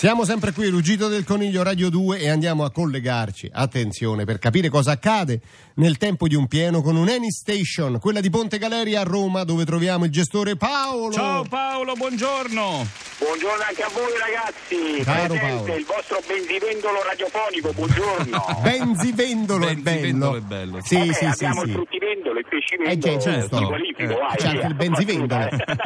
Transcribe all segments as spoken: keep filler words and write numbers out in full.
Siamo sempre qui, Ruggito del Coniglio, Radio due, e andiamo a collegarci, attenzione, per capire cosa accade nel tempo di un pieno con un Anystation, quella di Ponte Galeria a Roma, dove troviamo il gestore Paolo. Ciao Paolo, buongiorno. Buongiorno anche a voi ragazzi. Caro Presente Paolo. il vostro benzivendolo radiofonico, buongiorno. Benzivendolo è Benzivendolo bello. è bello. Sì, Vabbè, sì, sì, abbiamo sì. il fruttivendolo, il Eh, pescivendolo, già, giusto. il qualifico, Eh, vai, C'è anche via. il benzivendolo.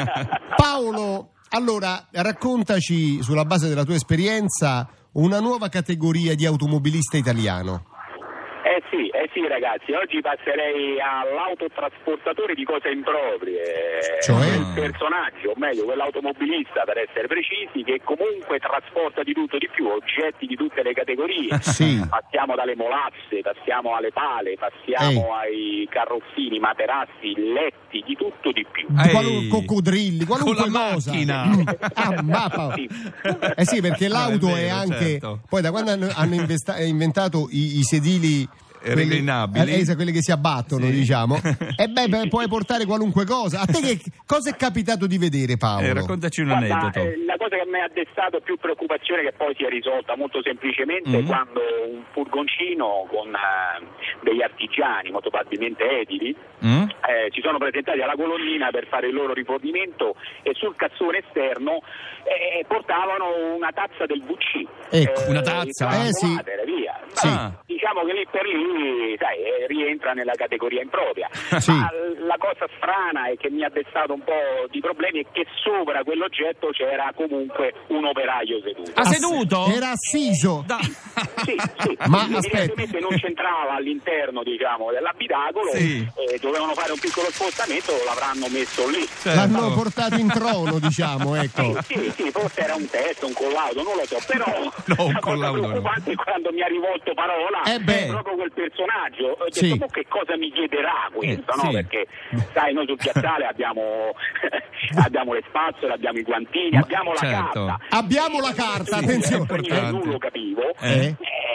Paolo, allora, raccontaci, sulla base della tua esperienza, una nuova categoria di automobilista italiano. Eh sì, eh sì ragazzi, oggi passerei all'autotrasportatore di cose improprie, Cioè? il personaggio, o meglio quell'automobilista per essere precisi, che comunque trasporta di tutto di più, oggetti di tutte le categorie. Sì. Passiamo dalle molazze, passiamo alle pale, passiamo ai carrozzini, materassi, letti, di tutto di più. Ehi, Qualu- coccodrilli, qualunque con la cosa. macchina. Ah, ma Paolo. Sì. Eh sì, perché l'auto Ah, è è, vero, anche certo. poi da quando hanno, hanno investa- inventato i, i sedili quelli- Reclinabili. eh, eh, quelli che si abbattono, Sì. diciamo, e beh, beh, puoi portare qualunque cosa. A te che cosa è capitato di vedere, Paolo? Eh, raccontaci un Guarda, aneddoto. eh, la cosa che mi ha destato più preoccupazione, che poi si è risolta molto semplicemente, Mm. quando un furgoncino con eh, degli artigiani, molto probabilmente edili, Mm? eh, si sono presentati alla colonnina per fare il loro rifornimento, e sul cassone esterno eh, portavano una tazza del V C. Ecco. Una tazza? il Eh, sì. water, via. Sì. Ma diciamo che lì per lì, sai, eh, rientra nella categoria impropria. Sì. Ma la cosa strana e che mi ha destato un po' di problemi è che sopra quell'oggetto c'era comunque un operaio seduto. Ah, seduto? Era assiso. Da- Sì, sì, Ma evidentemente non c'entrava all'interno, diciamo, dell'abitacolo, Sì. e dovevano fare un piccolo spostamento, l'avranno messo lì. Certo. L'hanno portato in trono, diciamo, ecco. Sì, sì, sì, forse era un test, un collaudo, non lo so, però No, un la cosa collaudo no. preoccupante è quando mi ha rivolto parola Eh beh. è proprio quel personaggio. Ho detto, Sì. "Ma che cosa mi chiederà questo?" Eh, no? sì. Perché sai, noi sul piazzale abbiamo abbiamo le spazzole, abbiamo i guantini, abbiamo la certo. carta. Abbiamo la carta, Sì, attenzione. è importante. Non lo capivo. Eh?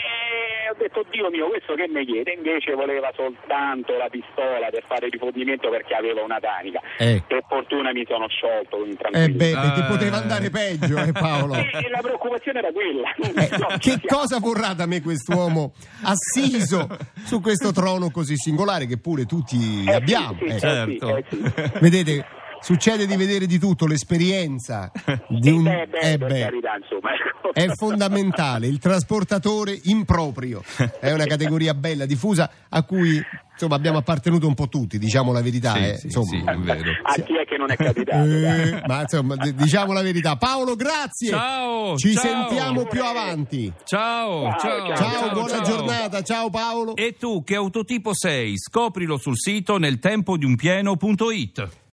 E ho detto, Dio mio, questo che mi chiede? Invece voleva soltanto la pistola per fare il rifornimento, perché aveva una tanica. Eh. Per fortuna mi sono sciolto in Eh tranquillità. beh, ti Eh. poteva andare peggio, eh, Paolo. E, e la preoccupazione era quella. Eh, No, che ci cosa vorrà da me quest'uomo assiso su questo trono così singolare che pure tutti Eh, abbiamo? sì, sì, eh. Certo. eh, sì, eh, sì. Vedete, succede di vedere di tutto, l'esperienza di un Eh, beh, eh, per beh, carità, insomma, ecco. è fondamentale. Il trasportatore improprio è una categoria bella, diffusa, a cui insomma abbiamo appartenuto un po' tutti, diciamo la verità. Sì, eh. sì, Insomma, sì, è vero. A chi è che non è capitato? Eh, dai? ma insomma, d- diciamo la verità. Paolo, grazie. Ciao, Ci ciao. sentiamo più avanti. Ciao, Ciao, ciao, Ciao, buona ciao. giornata. Ciao Paolo. E tu che autotipo sei? Scoprilo sul sito nel tempo di un pieno punto it.